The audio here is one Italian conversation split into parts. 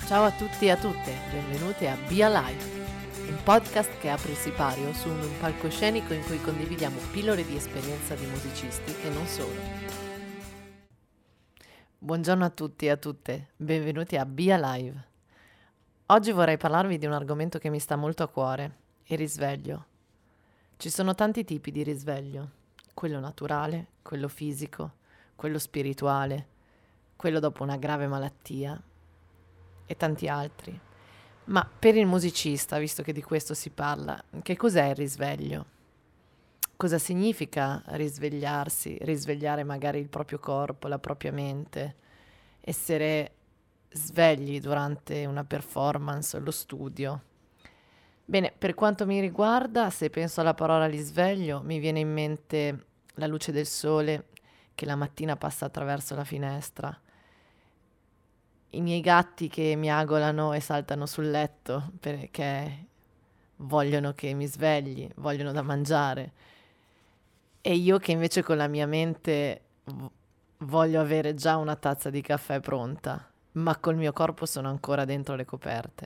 Ciao a tutti e a tutte, benvenuti a Be Alive, un podcast che apre il sipario su un palcoscenico in cui condividiamo pillole di esperienza di musicisti e non solo. Buongiorno a tutti e a tutte, benvenuti a Be Alive. Oggi vorrei parlarvi di un argomento che mi sta molto a cuore, il risveglio. Ci sono tanti tipi di risveglio, quello naturale, quello fisico, quello spirituale, quello dopo una grave malattia e tanti altri. Ma per il musicista, visto che di questo si parla, che cos'è il risveglio? Cosa significa risvegliarsi, risvegliare magari il proprio corpo, la propria mente, essere svegli durante una performance o lo studio? Bene, per quanto mi riguarda, se penso alla parola risveglio, mi viene in mente la luce del sole che la mattina passa attraverso la finestra, i miei gatti che miagolano e saltano sul letto perché vogliono che mi svegli, vogliono da mangiare. E io che invece con la mia mente voglio avere già una tazza di caffè pronta, ma col mio corpo sono ancora dentro le coperte.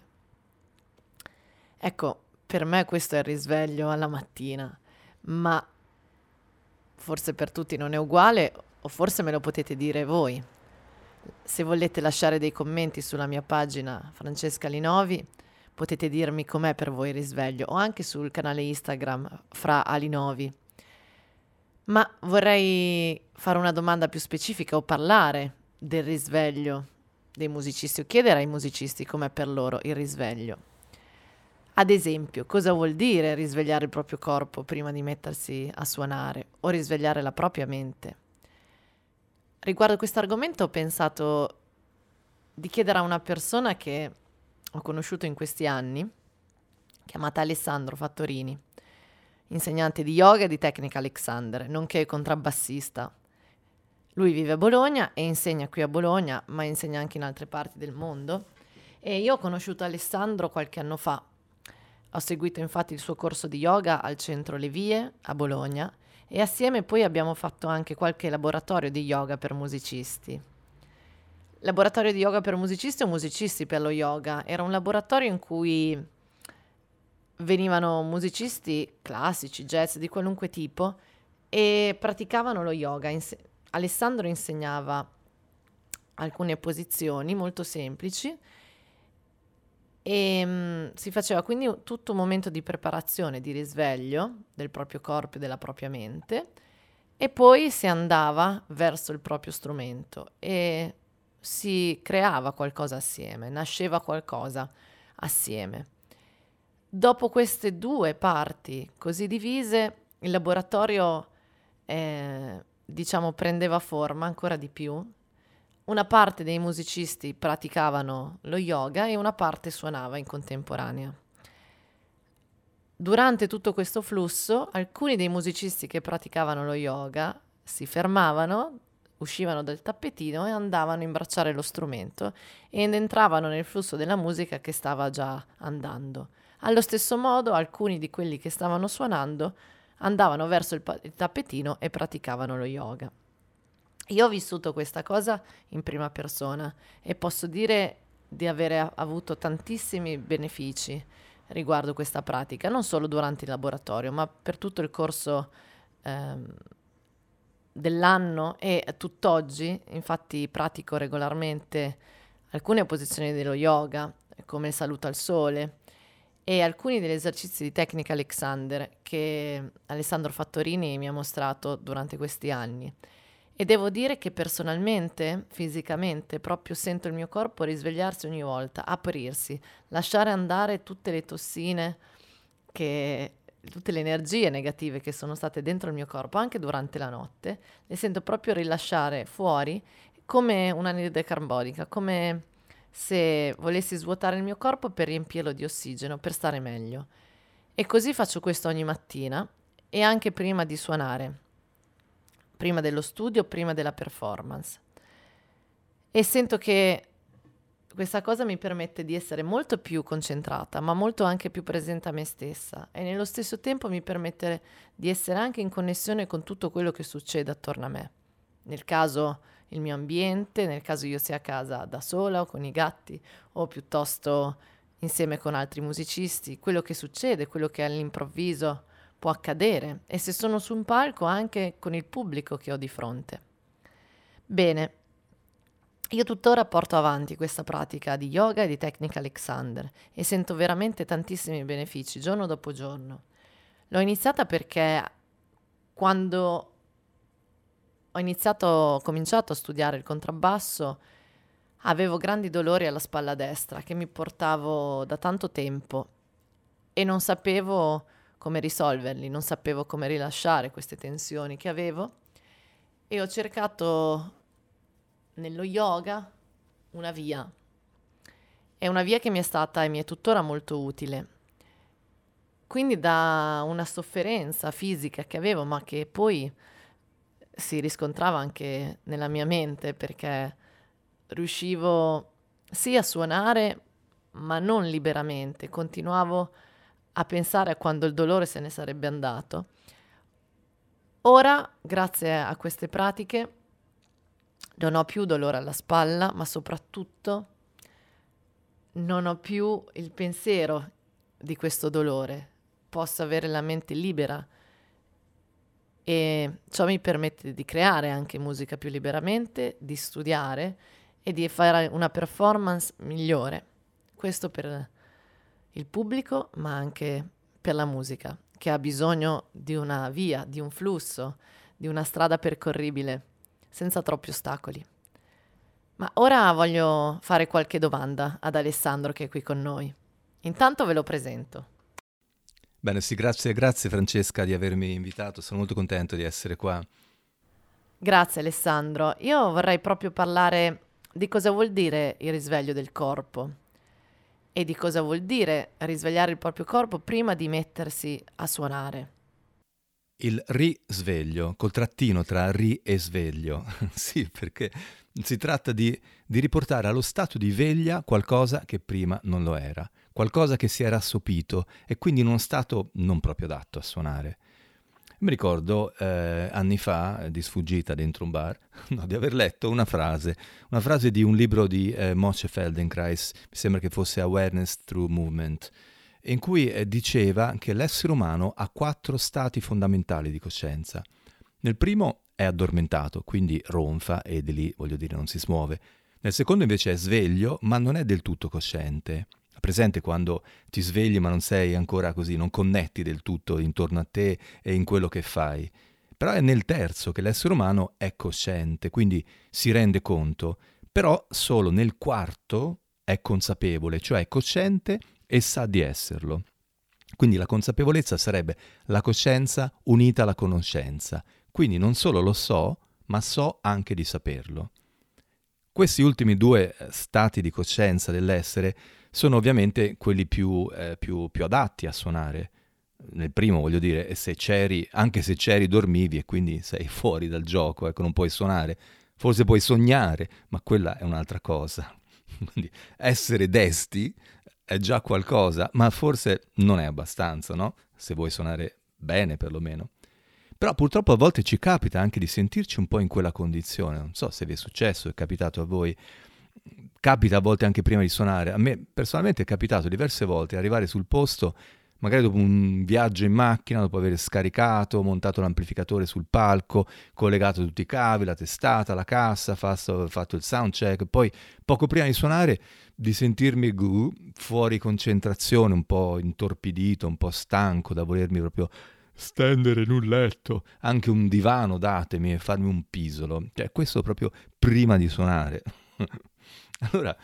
Ecco, per me questo è il risveglio alla mattina, ma forse per tutti non è uguale, o forse me lo potete dire voi. Se volete lasciare dei commenti sulla mia pagina Francesca Linovi, potete dirmi com'è per voi il risveglio, o anche sul canale Instagram Fra Alinovi. Ma vorrei fare una domanda più specifica o parlare del risveglio dei musicisti, o chiedere ai musicisti com'è per loro il risveglio. Ad esempio, cosa vuol dire risvegliare il proprio corpo prima di mettersi a suonare o risvegliare la propria mente? Riguardo questo argomento ho pensato di chiedere a una persona che ho conosciuto in questi anni, chiamata Alessandro Fattorini, insegnante di yoga e di tecnica Alexander, nonché contrabbassista. Lui vive a Bologna e insegna qui a Bologna, ma insegna anche in altre parti del mondo. E io ho conosciuto Alessandro qualche anno fa. Ho seguito infatti il suo corso di yoga al centro Le Vie a Bologna e assieme poi abbiamo fatto anche qualche laboratorio di yoga per musicisti. Laboratorio di yoga per musicisti o musicisti per lo yoga? Era un laboratorio in cui venivano musicisti classici, jazz, di qualunque tipo e praticavano lo yoga. Alessandro insegnava alcune posizioni molto semplici e si faceva quindi tutto un momento di preparazione, di risveglio del proprio corpo e della propria mente e poi si andava verso il proprio strumento e si creava qualcosa assieme, nasceva qualcosa assieme. Dopo queste due parti così divise, il laboratorio prendeva forma ancora di più. Una parte dei musicisti praticavano lo yoga e una parte suonava in contemporanea. Durante tutto questo flusso, alcuni dei musicisti che praticavano lo yoga si uscivano dal tappetino e andavano a imbracciare lo strumento ed entravano nel flusso della musica che stava già andando. Allo stesso modo, alcuni di quelli che stavano suonando andavano verso il tappetino e praticavano lo yoga. Io ho vissuto questa cosa in prima persona e posso dire di avere avuto tantissimi benefici riguardo questa pratica, non solo durante il laboratorio, ma per tutto il corso dell'anno e tutt'oggi. Infatti pratico regolarmente alcune posizioni dello yoga, come il saluto al sole, e alcuni degli esercizi di tecnica Alexander che Alessandro Fattorini mi ha mostrato durante questi anni. E devo dire che personalmente, fisicamente, proprio sento il mio corpo risvegliarsi ogni volta, aprirsi, lasciare andare tutte le tossine, tutte le energie negative che sono state dentro il mio corpo, anche durante la notte, le sento proprio rilasciare fuori come un'anidride carbonica, come se volessi svuotare il mio corpo per riempirlo di ossigeno, per stare meglio. E così faccio questo ogni mattina e anche prima di suonare. Prima dello studio, prima della performance. E sento che questa cosa mi permette di essere molto più concentrata, ma molto anche più presente a me stessa e nello stesso tempo mi permette di essere anche in connessione con tutto quello che succede attorno a me. Nel caso il mio ambiente, nel caso io sia a casa da sola o con i gatti o piuttosto insieme con altri musicisti, quello che succede, quello che all'improvviso può accadere e se sono su un palco anche con il pubblico che ho di fronte. Bene, io tuttora porto avanti questa pratica di yoga e di tecnica Alexander e sento veramente tantissimi benefici giorno dopo giorno. L'ho iniziata perché quando ho cominciato a studiare il contrabbasso, avevo grandi dolori alla spalla destra che mi portavo da tanto tempo e non sapevo come risolverli, non sapevo come rilasciare queste tensioni che avevo e ho cercato nello yoga una via. È una via che mi è stata e mi è tuttora molto utile. Quindi da una sofferenza fisica che avevo, ma che poi si riscontrava anche nella mia mente, perché riuscivo sì a suonare, ma non liberamente. Continuavo a pensare a quando il dolore se ne sarebbe andato. Ora, grazie a queste pratiche, non ho più dolore alla spalla, ma soprattutto non ho più il pensiero di questo dolore. Posso avere la mente libera e ciò mi permette di creare anche musica più liberamente, di studiare e di fare una performance migliore. Questo per il pubblico, ma anche per la musica, che ha bisogno di una via, di un flusso, di una strada percorribile, senza troppi ostacoli. Ma ora voglio fare qualche domanda ad Alessandro che è qui con noi. Intanto ve lo presento. Bene, sì, grazie Francesca di avermi invitato, sono molto contento di essere qua. Grazie Alessandro. Io vorrei proprio parlare di cosa vuol dire il risveglio del corpo e di cosa vuol dire risvegliare il proprio corpo prima di mettersi a suonare. Il risveglio, col trattino tra ri e sveglio. Sì, perché si tratta di riportare allo stato di veglia qualcosa che prima non lo era, qualcosa che si era assopito e quindi in uno stato non proprio adatto a suonare. Mi ricordo anni fa, di sfuggita dentro un bar, no, di aver letto una frase di un libro di Moshe Feldenkrais, mi sembra che fosse Awareness Through Movement, in cui diceva che l'essere umano ha 4 stati fondamentali di coscienza. Nel primo è addormentato, quindi ronfa e di lì, voglio dire, non si smuove. Nel secondo invece è sveglio, ma non è del tutto cosciente. Presente quando ti svegli ma non sei ancora così, non connetti del tutto intorno a te e in quello che fai. Però è nel terzo che l'essere umano è cosciente, quindi si rende conto, però solo nel quarto è consapevole, cioè è cosciente e sa di esserlo. Quindi la consapevolezza sarebbe la coscienza unita alla conoscenza. Quindi non solo lo so, ma so anche di saperlo. Questi ultimi 2 stati di coscienza dell'essere sono ovviamente quelli più adatti a suonare. Nel primo, voglio dire, anche se c'eri dormivi e quindi sei fuori dal gioco, ecco, non puoi suonare. Forse puoi sognare, ma quella è un'altra cosa. Quindi essere desti è già qualcosa, ma forse non è abbastanza, no? Se vuoi suonare bene, perlomeno. Però purtroppo a volte ci capita anche di sentirci un po' in quella condizione. Non so se vi è successo, è capitato a voi. Capita a volte anche prima di suonare. A me personalmente è capitato diverse volte arrivare sul posto, magari dopo un viaggio in macchina, dopo aver scaricato, montato l'amplificatore sul palco, collegato tutti i cavi, la testata, la cassa, fatto il sound check, poi poco prima di suonare di sentirmi fuori concentrazione, un po' intorpidito, un po' stanco da volermi proprio stendere in un letto, anche un divano datemi e farmi un pisolo. Cioè questo proprio prima di suonare. Allora,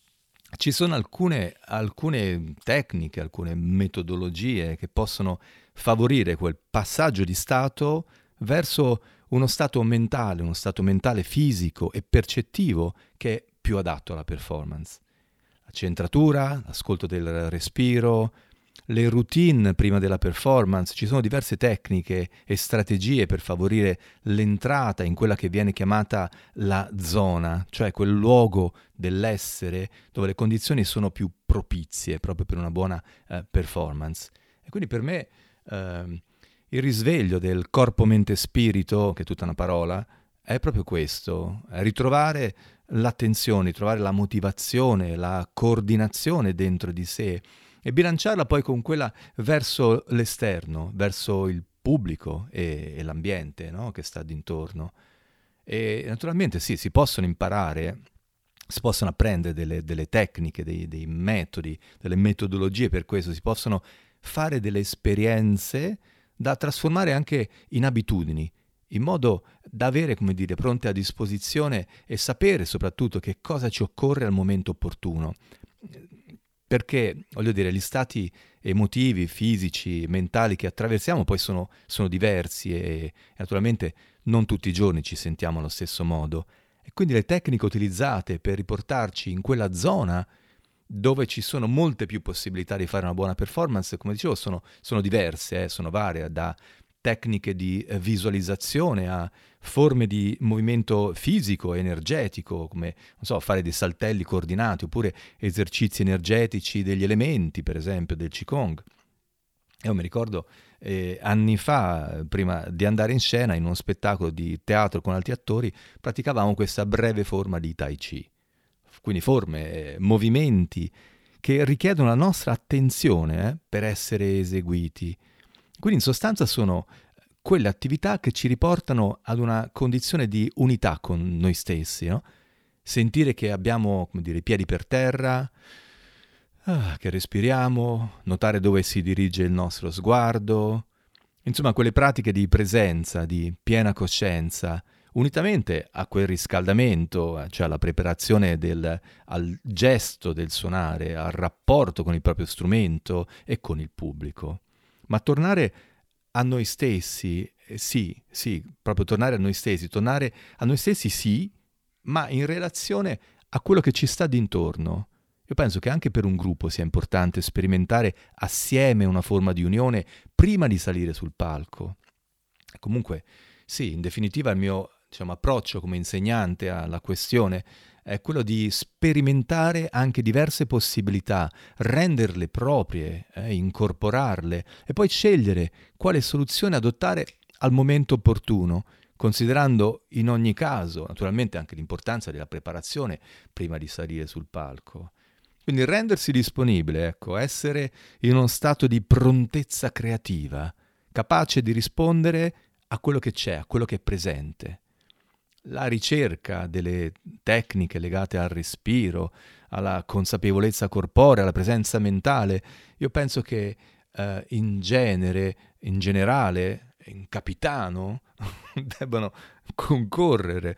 ci sono alcune tecniche, alcune metodologie che possono favorire quel passaggio di stato verso uno stato mentale fisico e percettivo che è più adatto alla performance. La centratura, l'ascolto del respiro, le routine prima della performance, ci sono diverse tecniche e strategie per favorire l'entrata in quella che viene chiamata la zona, cioè quel luogo dell'essere dove le condizioni sono più propizie proprio per una buona performance. E quindi per me il risveglio del corpo, mente e spirito, che è tutta una parola, è proprio questo, è ritrovare l'attenzione, trovare la motivazione, la coordinazione dentro di sé e bilanciarla poi con quella verso l'esterno, verso il pubblico e l'ambiente, no? Che sta d'intorno. E naturalmente sì, si possono imparare, si possono apprendere delle tecniche, dei metodi, delle metodologie per questo, si possono fare delle esperienze da trasformare anche in abitudini, in modo da avere, come dire, pronte a disposizione e sapere soprattutto che cosa ci occorre al momento opportuno. Perché, voglio dire, gli stati emotivi, fisici, mentali che attraversiamo poi sono diversi e naturalmente non tutti i giorni ci sentiamo allo stesso modo. E quindi le tecniche utilizzate per riportarci in quella zona dove ci sono molte più possibilità di fare una buona performance, come dicevo, sono diverse, sono varie, da tecniche di visualizzazione a forme di movimento fisico, energetico, come non so, fare dei saltelli coordinati, oppure esercizi energetici degli elementi, per esempio, del Qigong. Io mi ricordo anni fa, prima di andare in scena in uno spettacolo di teatro con altri attori, praticavamo questa breve forma di Tai Chi. Quindi forme, movimenti che richiedono la nostra attenzione per essere eseguiti. Quindi in sostanza sono quelle attività che ci riportano ad una condizione di unità con noi stessi, no? Sentire che abbiamo, come dire, i piedi per terra, che respiriamo, notare dove si dirige il nostro sguardo, insomma quelle pratiche di presenza, di piena coscienza, unitamente a quel riscaldamento, cioè alla preparazione al gesto del suonare, al rapporto con il proprio strumento e con il pubblico. Ma tornare a noi stessi, sì, proprio tornare a noi stessi sì, ma in relazione a quello che ci sta d'intorno. Io penso che anche per un gruppo sia importante sperimentare assieme una forma di unione prima di salire sul palco. Comunque, sì, in definitiva il mio approccio come insegnante alla questione è quello di sperimentare anche diverse possibilità, renderle proprie, incorporarle e poi scegliere quale soluzione adottare al momento opportuno, considerando in ogni caso naturalmente anche l'importanza della preparazione prima di salire sul palco. Quindi rendersi disponibile, ecco, essere in uno stato di prontezza creativa, capace di rispondere a quello che c'è, a quello che è presente. La ricerca delle tecniche legate al respiro, alla consapevolezza corporea, alla presenza mentale, io penso che in generale, in capitano, debbano concorrere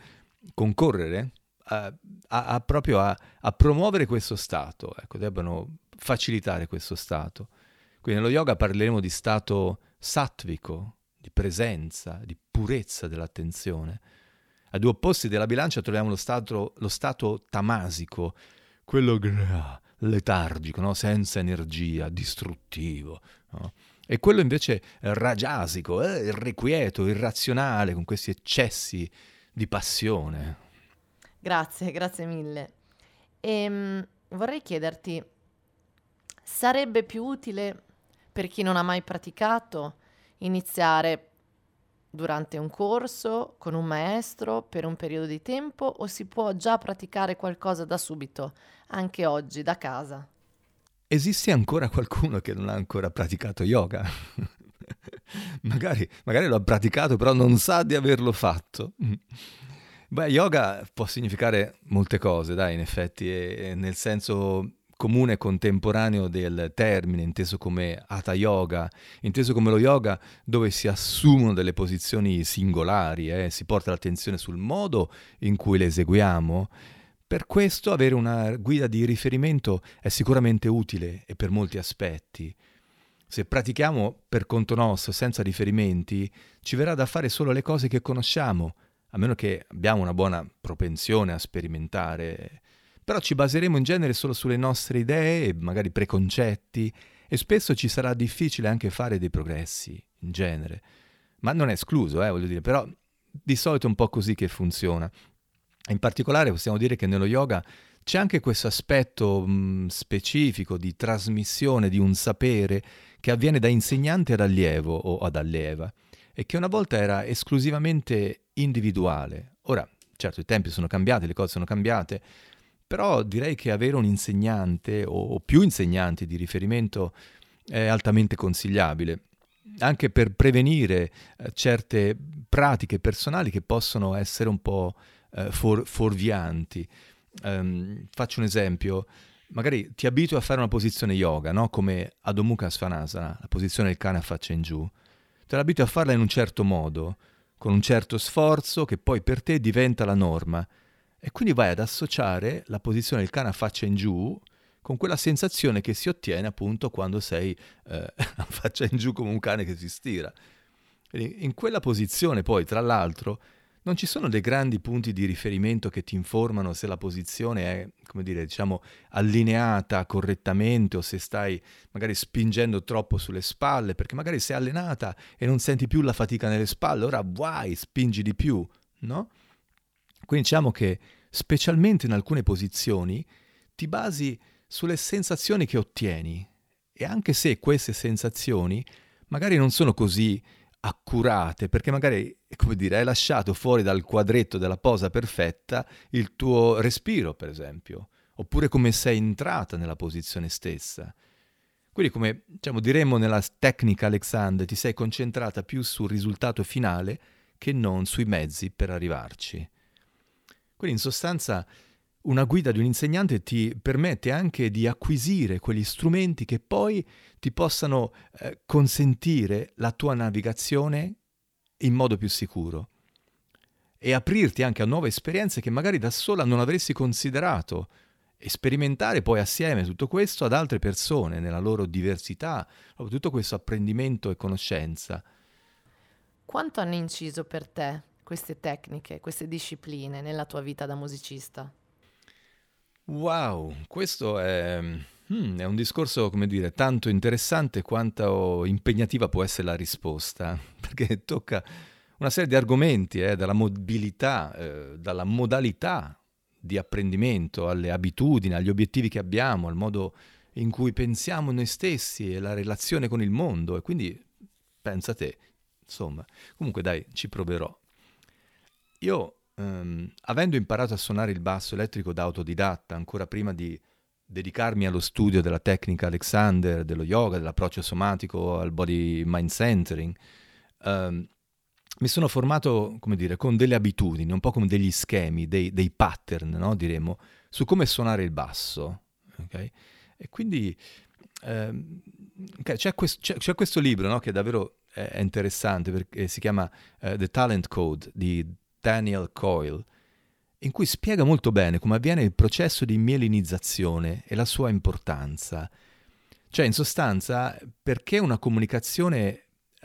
proprio a promuovere questo stato, ecco, debbano facilitare questo stato. Quindi nello yoga parleremo di stato sattvico, di presenza, di purezza dell'attenzione. A due opposti della bilancia troviamo lo stato tamasico, quello letargico, no? Senza energia, distruttivo, no? E quello invece rajasico, irrequieto, irrazionale, con questi eccessi di passione. Grazie mille. Vorrei chiederti, sarebbe più utile per chi non ha mai praticato iniziare durante un corso con un maestro per un periodo di tempo o si può già praticare qualcosa da subito, anche oggi, da casa? Esiste ancora qualcuno che non ha ancora praticato yoga? magari lo ha praticato, però non sa di averlo fatto. Beh, yoga può significare molte cose, dai, in effetti, nel senso comune contemporaneo del termine, inteso come Hatha Yoga, inteso come lo yoga dove si assumono delle posizioni singolari, si porta l'attenzione sul modo in cui le eseguiamo. Per questo avere una guida di riferimento è sicuramente utile e per molti aspetti. Se pratichiamo per conto nostro, senza riferimenti, ci verrà da fare solo le cose che conosciamo, a meno che abbiamo una buona propensione a sperimentare. Però ci baseremo in genere solo sulle nostre idee e magari preconcetti e spesso ci sarà difficile anche fare dei progressi, in genere. Ma non è escluso, voglio dire, però di solito è un po' così che funziona. In particolare possiamo dire che nello yoga c'è anche questo aspetto specifico di trasmissione di un sapere che avviene da insegnante ad allievo o ad allieva e che una volta era esclusivamente individuale. Ora, certo, i tempi sono cambiati, le cose sono cambiate, però direi che avere un insegnante o più insegnanti di riferimento è altamente consigliabile, anche per prevenire certe pratiche personali che possono essere un po' fuorvianti. Faccio un esempio, magari ti abitui a fare una posizione yoga, no? Come Adho Mukha Svanasana, la posizione del cane a faccia in giù. Te l'abitui a farla in un certo modo, con un certo sforzo che poi per te diventa la norma. E quindi vai ad associare la posizione del cane a faccia in giù con quella sensazione che si ottiene appunto quando sei a faccia in giù come un cane che si stira. Quindi in quella posizione poi, tra l'altro, non ci sono dei grandi punti di riferimento che ti informano se la posizione è, come dire, diciamo, allineata correttamente o se stai magari spingendo troppo sulle spalle, perché magari sei allenata e non senti più la fatica nelle spalle, ora vai, spingi di più, no? Quindi diciamo che specialmente in alcune posizioni ti basi sulle sensazioni che ottieni e anche se queste sensazioni magari non sono così accurate, perché magari, come dire, hai lasciato fuori dal quadretto della posa perfetta il tuo respiro, per esempio, oppure come sei entrata nella posizione stessa. Quindi, come diciamo, diremmo nella tecnica Alexander, ti sei concentrata più sul risultato finale che non sui mezzi per arrivarci. Quindi, in sostanza, una guida di un insegnante ti permette anche di acquisire quegli strumenti che poi ti possano consentire la tua navigazione in modo più sicuro e aprirti anche a nuove esperienze che magari da sola non avresti considerato e sperimentare poi assieme tutto questo ad altre persone nella loro diversità, tutto questo apprendimento e conoscenza. Quanto hanno inciso per te queste tecniche, queste discipline nella tua vita da musicista? Wow, questo è un discorso, come dire, tanto interessante quanto impegnativa può essere la risposta, perché tocca una serie di argomenti, dalla mobilità, dalla modalità di apprendimento, alle abitudini, agli obiettivi che abbiamo, al modo in cui pensiamo noi stessi e la relazione con il mondo, e quindi pensa te, insomma, comunque dai, ci proverò. Io, avendo imparato a suonare il basso elettrico da autodidatta, ancora prima di dedicarmi allo studio della tecnica Alexander, dello yoga, dell'approccio somatico al body mind centering, mi sono formato, come dire, con delle abitudini, un po' come degli schemi, dei pattern, no? Diremmo, su come suonare il basso. Okay? E quindi c'è questo libro, no? Che davvero è interessante, perché si chiama The Talent Code di Daniel Coyle, in cui spiega molto bene come avviene il processo di mielinizzazione e la sua importanza. Cioè, in sostanza, perché una comunicazione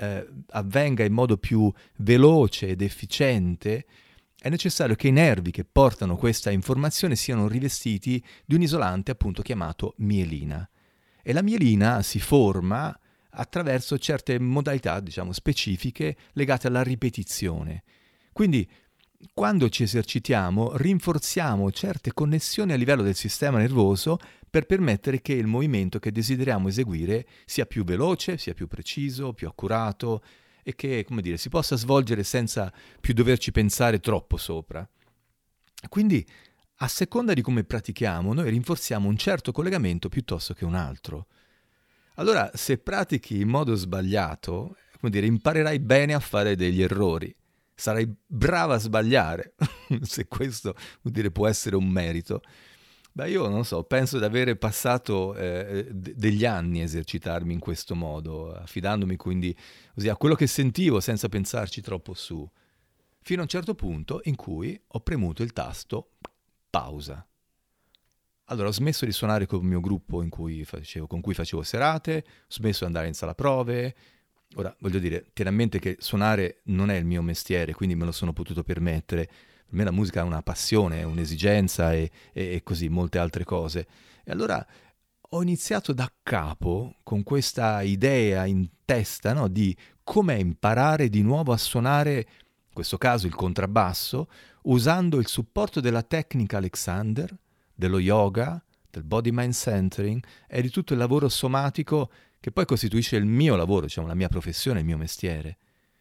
avvenga in modo più veloce ed efficiente, è necessario che i nervi che portano questa informazione siano rivestiti di un isolante appunto chiamato mielina. E la mielina si forma attraverso certe modalità, diciamo, specifiche legate alla ripetizione. Quindi, quando ci esercitiamo, rinforziamo certe connessioni a livello del sistema nervoso per permettere che il movimento che desideriamo eseguire sia più veloce, sia più preciso, più accurato e che, come dire, si possa svolgere senza più doverci pensare troppo sopra. Quindi, a seconda di come pratichiamo, noi rinforziamo un certo collegamento piuttosto che un altro. Allora, se pratichi in modo sbagliato, come dire, imparerai bene a fare degli errori. Sarai brava a sbagliare, se questo vuol dire può essere un merito. Beh, io non so, penso di avere passato degli anni a esercitarmi in questo modo, affidandomi quindi così a quello che sentivo senza pensarci troppo su, fino a un certo punto in cui ho premuto il tasto pausa. Allora ho smesso di suonare con il mio gruppo con cui facevo serate, ho smesso di andare in sala prove. Ora, voglio dire, tieni a mente che suonare non è il mio mestiere, quindi me lo sono potuto permettere. Per me la musica è una passione, è un'esigenza e così, molte altre cose. E allora ho iniziato da capo con questa idea in testa, no, di come imparare di nuovo a suonare, in questo caso il contrabbasso, usando il supporto della tecnica Alexander, dello yoga, del body mind centering e di tutto il lavoro somatico che poi costituisce il mio lavoro, diciamo, la mia professione, il mio mestiere.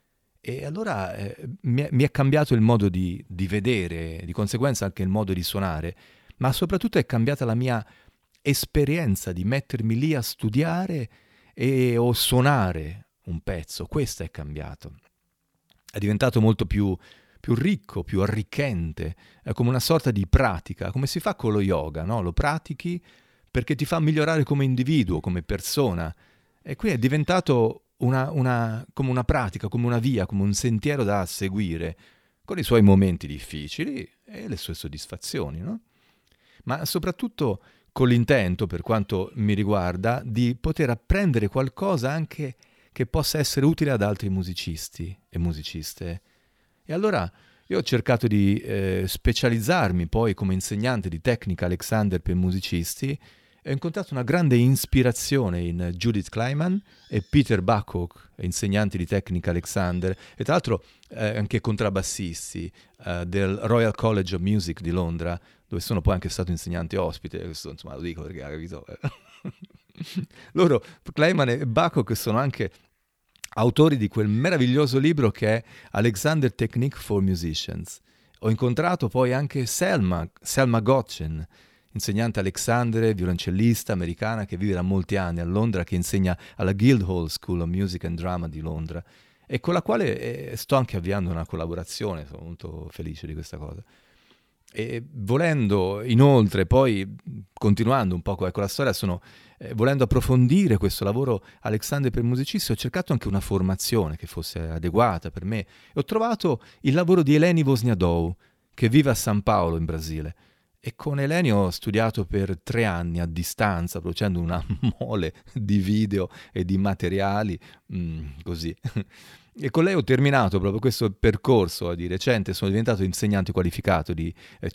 E allora mi è cambiato il modo di vedere, di conseguenza anche il modo di suonare, ma soprattutto è cambiata la mia esperienza di mettermi lì a studiare o suonare un pezzo. Questo è cambiato. È diventato molto più ricco, più arricchente, è come una sorta di pratica, come si fa con lo yoga, no? Lo pratichi perché ti fa migliorare come individuo, come persona. E qui è diventato come una pratica, come una via, come un sentiero da seguire, con i suoi momenti difficili e le sue soddisfazioni, no? Ma soprattutto con l'intento, per quanto mi riguarda, di poter apprendere qualcosa anche che possa essere utile ad altri musicisti e musiciste. E allora io ho cercato di specializzarmi poi come insegnante di tecnica Alexander per musicisti e ho incontrato una grande ispirazione in Judith Kleiman e Peter Buckhook, insegnanti di tecnica Alexander, e tra l'altro anche contrabbassisti del Royal College of Music di Londra, dove sono poi anche stato insegnante ospite. Questo insomma lo dico perché ha capito. Loro, Kleiman e Buckhook, sono anche autori di quel meraviglioso libro che è Alexander Technique for Musicians. Ho incontrato poi anche Selma Gottchen, insegnante Alexander, violoncellista americana che vive da molti anni a Londra, che insegna alla Guildhall School of Music and Drama di Londra e con la quale sto anche avviando una collaborazione, sono molto felice di questa cosa. E volendo inoltre, poi continuando un po' con la storia, volendo approfondire questo lavoro Alexander per musicisti, ho cercato anche una formazione che fosse adeguata per me e ho trovato il lavoro di Eleni Wozniakow, che vive a San Paolo in Brasile. E con Eleni ho studiato per 3 anni a distanza, producendo una mole di video e di materiali, così. E con lei ho terminato proprio questo percorso di recente, sono diventato insegnante qualificato di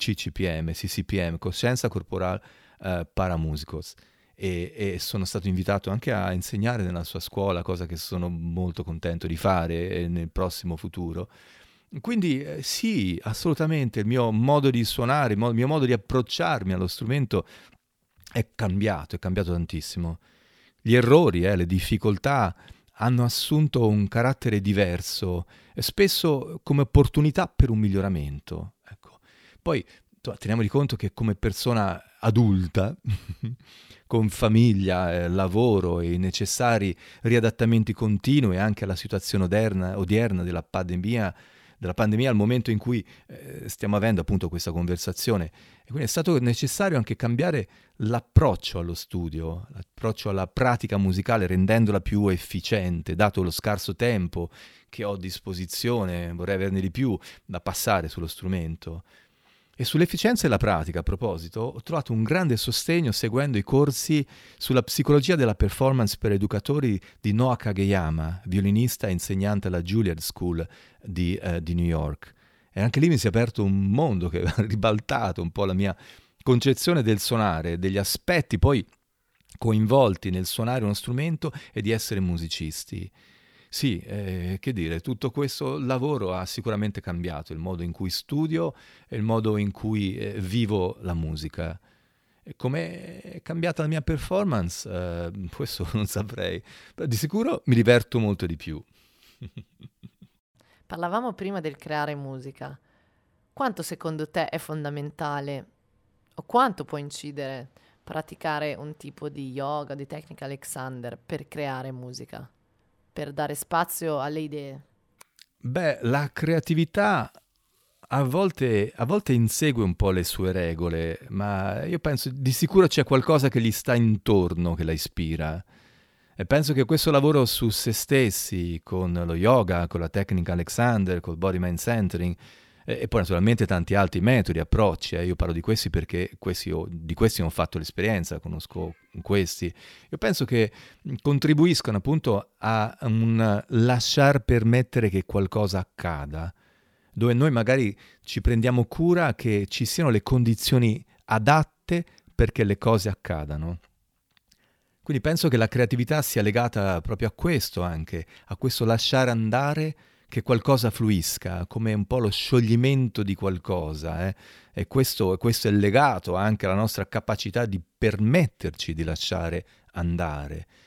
CCPM, Coscienza Corporal Paramusicos, e sono stato invitato anche a insegnare nella sua scuola, cosa che sono molto contento di fare nel prossimo futuro. Quindi sì, assolutamente, il mio modo di suonare, il mio modo di approcciarmi allo strumento è cambiato tantissimo. Gli errori, le difficoltà hanno assunto un carattere diverso, spesso come opportunità per un miglioramento. Ecco. Poi teniamo di conto che come persona adulta, con famiglia, lavoro e i necessari riadattamenti continui anche alla situazione odierna della pandemia, al momento in cui stiamo avendo appunto questa conversazione. E quindi è stato necessario anche cambiare l'approccio allo studio, l'approccio alla pratica musicale, rendendola più efficiente, dato lo scarso tempo che ho a disposizione, vorrei averne di più da passare sullo strumento. E sull'efficienza della pratica, a proposito, ho trovato un grande sostegno seguendo i corsi sulla psicologia della performance per educatori di Noah Kageyama, violinista e insegnante alla Juilliard School di New York. E anche lì mi si è aperto un mondo che ha ribaltato un po' la mia concezione del suonare, degli aspetti poi coinvolti nel suonare uno strumento e di essere musicisti. Sì, che dire, tutto questo lavoro ha sicuramente cambiato il modo in cui studio e il modo in cui vivo la musica. E come è cambiata la mia performance? Questo non saprei, però di sicuro mi diverto molto di più. Parlavamo prima del creare musica. Quanto secondo te è fondamentale o quanto può incidere praticare un tipo di yoga, di tecnica Alexander per creare musica? Per dare spazio alle idee? Beh, la creatività a volte insegue un po' le sue regole, ma io penso di sicuro c'è qualcosa che gli sta intorno, che la ispira. E penso che questo lavoro su se stessi, con lo yoga, con la tecnica Alexander, col body mind centering, e poi naturalmente tanti altri metodi, approcci, io parlo di questi perché di questi ho fatto l'esperienza, conosco questi. Io penso che contribuiscano appunto a un lasciar permettere che qualcosa accada, dove noi magari ci prendiamo cura che ci siano le condizioni adatte perché le cose accadano. Quindi penso che la creatività sia legata proprio a questo anche, a questo lasciare andare che qualcosa fluisca, come un po' lo scioglimento di qualcosa. E questo è legato anche alla nostra capacità di permetterci di lasciare andare.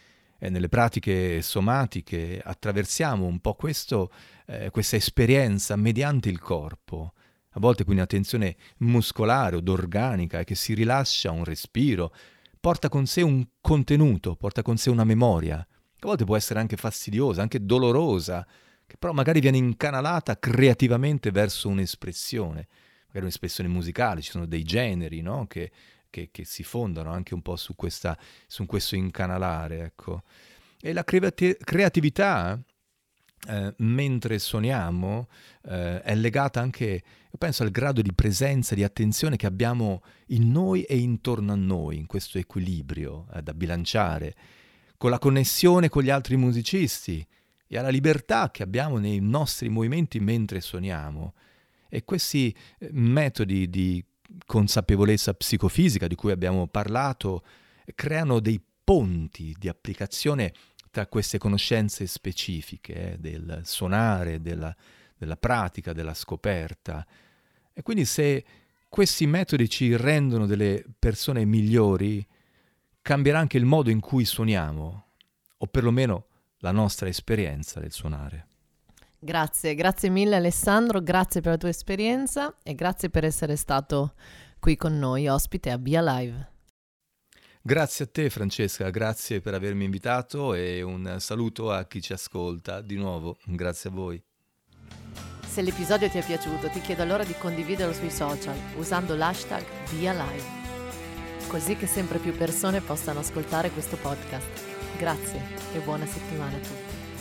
nelle pratiche somatiche attraversiamo un po' questa esperienza mediante il corpo, a volte quindi una tensione muscolare o organica che si rilascia, un respiro, porta con sé un contenuto, porta con sé una memoria, che a volte può essere anche fastidiosa, anche dolorosa, che però magari viene incanalata creativamente verso un'espressione, magari un'espressione musicale. Ci sono dei generi, no? che si fondano anche un po' su questo incanalare, ecco. E la creatività, mentre suoniamo, è legata anche, io penso, al grado di presenza, di attenzione che abbiamo in noi e intorno a noi, in questo equilibrio da bilanciare, con la connessione con gli altri musicisti e alla libertà che abbiamo nei nostri movimenti mentre suoniamo. E questi metodi di consapevolezza psicofisica di cui abbiamo parlato creano dei ponti di applicazione tra queste conoscenze specifiche del suonare, della pratica, della scoperta. E quindi se questi metodi ci rendono delle persone migliori, cambierà anche il modo in cui suoniamo, o perlomeno la nostra esperienza del suonare. Grazie mille Alessandro, grazie per la tua esperienza e grazie per essere stato qui con noi, ospite a Be Alive. Grazie a te Francesca, grazie per avermi invitato e un saluto a chi ci ascolta. Di nuovo, grazie a voi. Se l'episodio ti è piaciuto, ti chiedo allora di condividerlo sui social usando l'hashtag Be Alive, così che sempre più persone possano ascoltare questo podcast. Grazie e buona settimana a tutti.